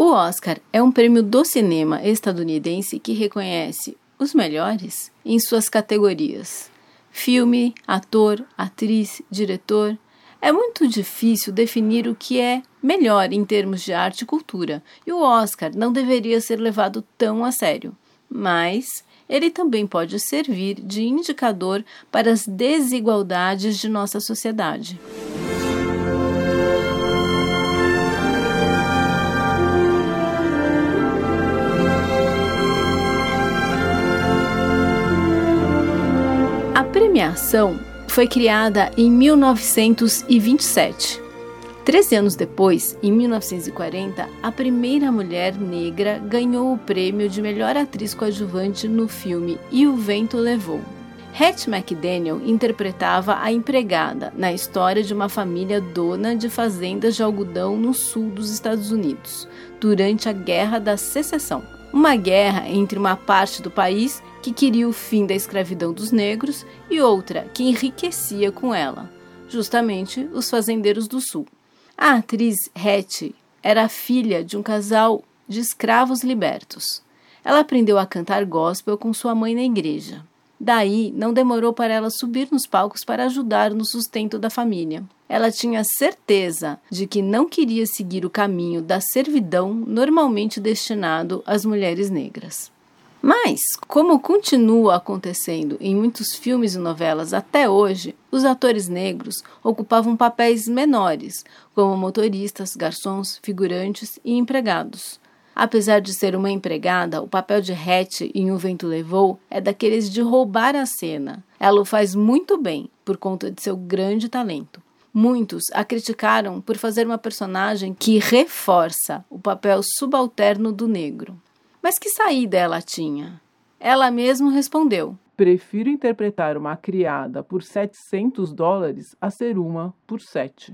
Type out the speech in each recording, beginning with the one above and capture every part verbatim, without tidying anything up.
O Oscar é um prêmio do cinema estadunidense que reconhece os melhores em suas categorias: filme, ator, atriz, diretor. É muito difícil definir o que é melhor em termos de arte e cultura, e o Oscar não deveria ser levado tão a sério. Mas ele também pode servir de indicador para as desigualdades de nossa sociedade. A premiação foi criada em mil novecentos e vinte e sete. Treze anos depois, em mil novecentos e quarenta, a primeira mulher negra ganhou o prêmio de melhor atriz coadjuvante no filme E o Vento Levou. Hattie McDaniel interpretava a empregada na história de uma família dona de fazendas de algodão no sul dos Estados Unidos, durante a Guerra da Secessão. Uma guerra entre uma parte do país que queria o fim da escravidão dos negros e outra que enriquecia com ela, justamente os fazendeiros do sul. A atriz Hattie era filha de um casal de escravos libertos. Ela aprendeu a cantar gospel com sua mãe na igreja. Daí, não demorou para ela subir nos palcos para ajudar no sustento da família. Ela tinha certeza de que não queria seguir o caminho da servidão normalmente destinado às mulheres negras. Mas, como continua acontecendo em muitos filmes e novelas até hoje, os atores negros ocupavam papéis menores, como motoristas, garçons, figurantes e empregados. Apesar de ser uma empregada, o papel de Hattie em O Vento Levou é daqueles de roubar a cena. Ela o faz muito bem, por conta de seu grande talento. Muitos a criticaram por fazer uma personagem que reforça o papel subalterno do negro. Mas que saída ela tinha? Ela mesma respondeu: prefiro interpretar uma criada por setecentos dólares a ser uma por sete.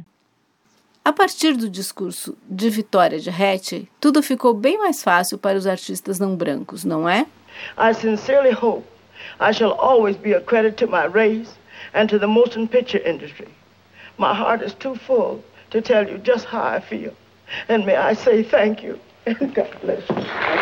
A partir do discurso de vitória de Hattie, tudo ficou bem mais fácil para os artistas não brancos, não é? I sincerely hope I shall always be a credit to my race and to the motion picture industry. My heart is too full to tell you just how I feel. And may I say thank you and God bless you.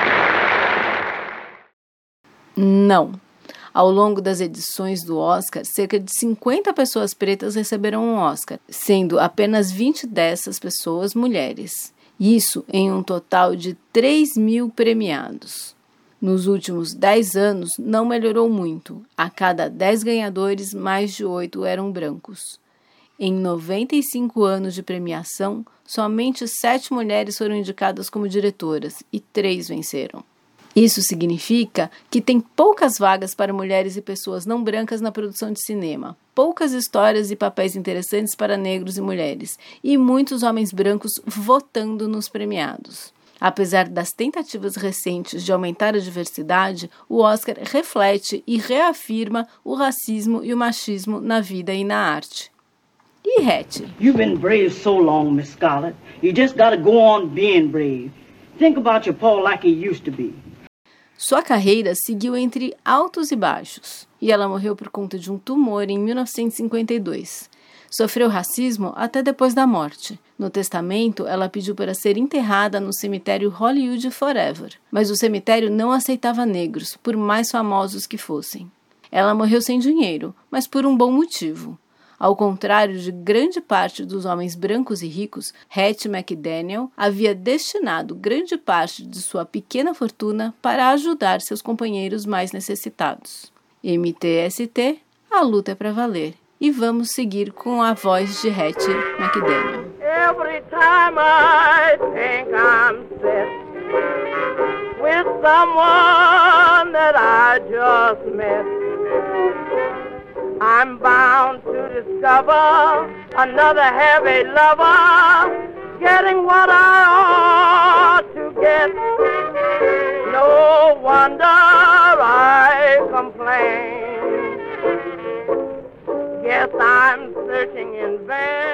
Não. Ao longo das edições do Oscar, cerca de cinquenta pessoas pretas receberam um Oscar, sendo apenas vinte dessas pessoas mulheres. Isso em um total de três mil premiados. Nos últimos dez anos, não melhorou muito. A cada dez ganhadores, mais de oito eram brancos. Em noventa e cinco anos de premiação, somente sete mulheres foram indicadas como diretoras e três venceram. Isso significa que tem poucas vagas para mulheres e pessoas não brancas na produção de cinema, poucas histórias e papéis interessantes para negros e mulheres, e muitos homens brancos votando nos premiados. Apesar das tentativas recentes de aumentar a diversidade, o Oscar reflete e reafirma o racismo e o machismo na vida e na arte. E Hattie? You've been brave so long, Miss Scarlett. You just gotta go on being brave. Think about your Paul like he used to be. Sua carreira seguiu entre altos e baixos, e ela morreu por conta de um tumor em mil novecentos e cinquenta e dois. Sofreu racismo até depois da morte. No testamento, ela pediu para ser enterrada no cemitério Hollywood Forever, mas o cemitério não aceitava negros, por mais famosos que fossem. Ela morreu sem dinheiro, mas por um bom motivo. Ao contrário de grande parte dos homens brancos e ricos, Hattie McDaniel havia destinado grande parte de sua pequena fortuna para ajudar seus companheiros mais necessitados. M T S T, a luta é para valer. E vamos seguir com a voz de Hattie McDaniel. Every time I think I'm set with someone that I just met, I'm bound to discover another heavy lover, getting what I ought to get. No wonder I complain. Yes, I'm searching in vain.